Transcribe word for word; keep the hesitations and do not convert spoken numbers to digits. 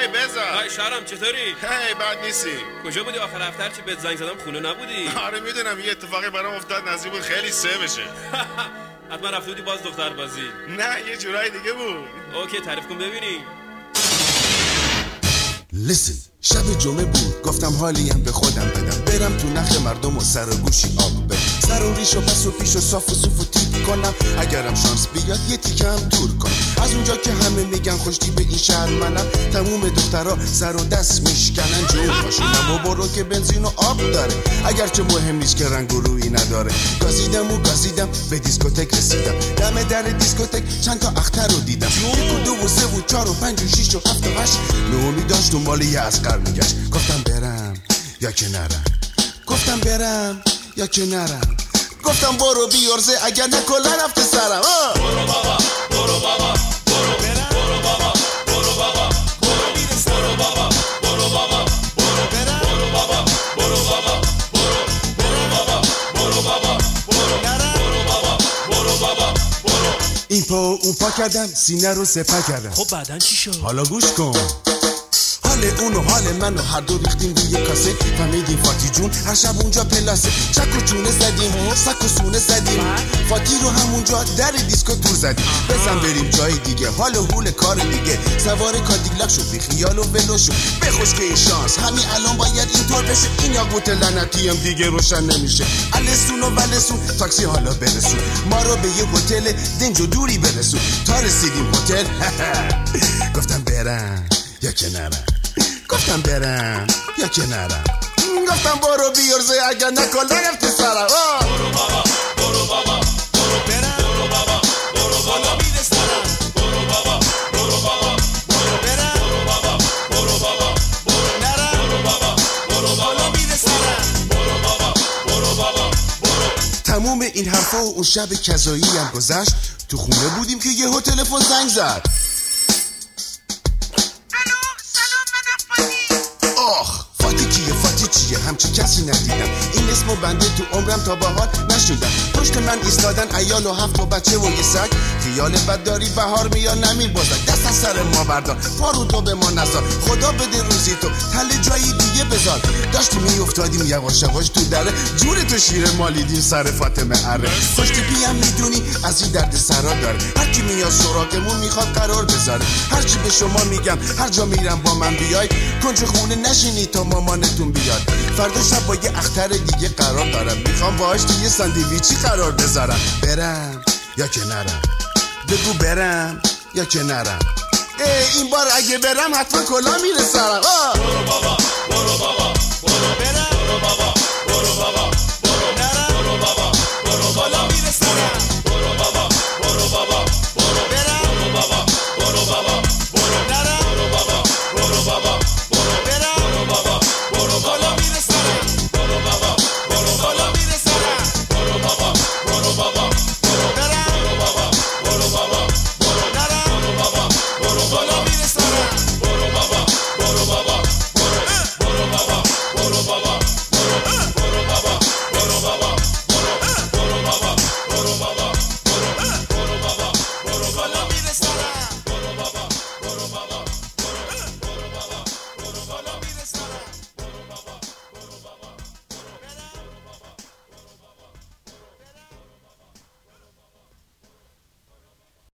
هی بذار. هی شهرام چطوری؟ هی بد نیستی. کجا بودی آخر هفته چی بهت زنگ زدم خونه نبودی؟ آره میدونم یه اتفاقی برام افتاد نزدیک بود خیلی سه بشه. حتما رفته بودی باز دختر بازی. نه یه جورای دیگه بود. اوکی تعریف کن ببینیم. Listen شب جمعه بود گفتم حالیم به خودم بدم برم تو نخ مردم و سر و گوشی آب بدم سر و ریش و پس و پیش و صاف و صوف و تیپ کنم اگرم شانس بیاد یه تیکم دور کنم از اونجا که همه میگن خوشتی به این شهر منم تموم دخترها سر و دست میشکنن جون ماشینم و برو که بنزین و آب داره اگرچه مهم نیست که رنگ و رویی نداره گازیدم و گازیدم به دیسکوتک رسیدم دم در دیسکوتک چند تا اختر رو دیدم یک و دو و سه و چهار و پنج و شیش و هفت و هشت نومی داشت دنبال یه اسقر میگشت گفتم برم یا که نرم گفتم برم یا که نرم گفتم برو بیارزه اگر نکلا رفته سرم برو بابا برو بابا برو برو بابا برو بابا برو برو بابا برو بابا برو برو بابا برو بابا برو برو بابا برو بابا برو برو بابا برو بابا برو این پا و اون پا کردم سینه رو سپر کردم خب بعدن چی شد؟ حالا گوش کن حال اون و حال من و هر دو ریختیم روی کاسه فهمیدیم فاتی جون هر شب اونجا پلاسه چک و چونه زدیم سک و سونه زدیم فاتی رو همونجا در دیسکو دور زدیم بزن بریم جای دیگه حال و حول کار دیگه سوار کادیلاک شد بی خیال و ولو شد بخوش که شانس همین الان باید اینطور بشه این یاقوت لعنتی هم دیگه روشن نمیشه السون و ولسون تاکسی حالا برسون ما رو به یه هتل دنج و دوری برسون تا رسیدیم هتل گفتم برم یا که نرم گفتم برم یا که نرم گفتم برو بیارزه اگر نکل نرفتی سرم برو بابا برو بابا برو برم برو بابا برو بالا میده سرم برو بابا برو بابا برو برم برو بابا برو بابا برو نرم برو بابا برو بالا میده سرم برو بابا برو بابا برو تموم این حرفا و اون شب کذایی هم گذشت تو خونه بودیم که یه تلفن زنگ زد آخ فاتی کیه فاتی چیه همچی کسی ندیدم این اسمو بنده تو عمرم تا به حال نشدم پشت من ایستادن عیال و هفت و بچه و یه سگ خیال بد داری بهار میاد نمیر بازد دست از سر ما بردار پارو تو به ما نزار خدا بده روزی تو تل جایی دیگه بذار داشتی میافتادیم یواش یواش تو دره جور تو شیر مالیدیم سر فاطمه اره خوشتی پیم میدونی از این درد سرا داره هرکی میاد سراغمون میخواد قرار بذاره هرچی به شما میگم هر جا میرم با من بیای کنج خونه نشینی تا مامانتون بیاد فردا شب با یه اختر دیگه قرار دارم میخوام باهاش توی ساندویچی قرار بذارم برم یا که نرم بگو برم یا که نرم این بار اگه برم حتما کلا میره سرم برو بابا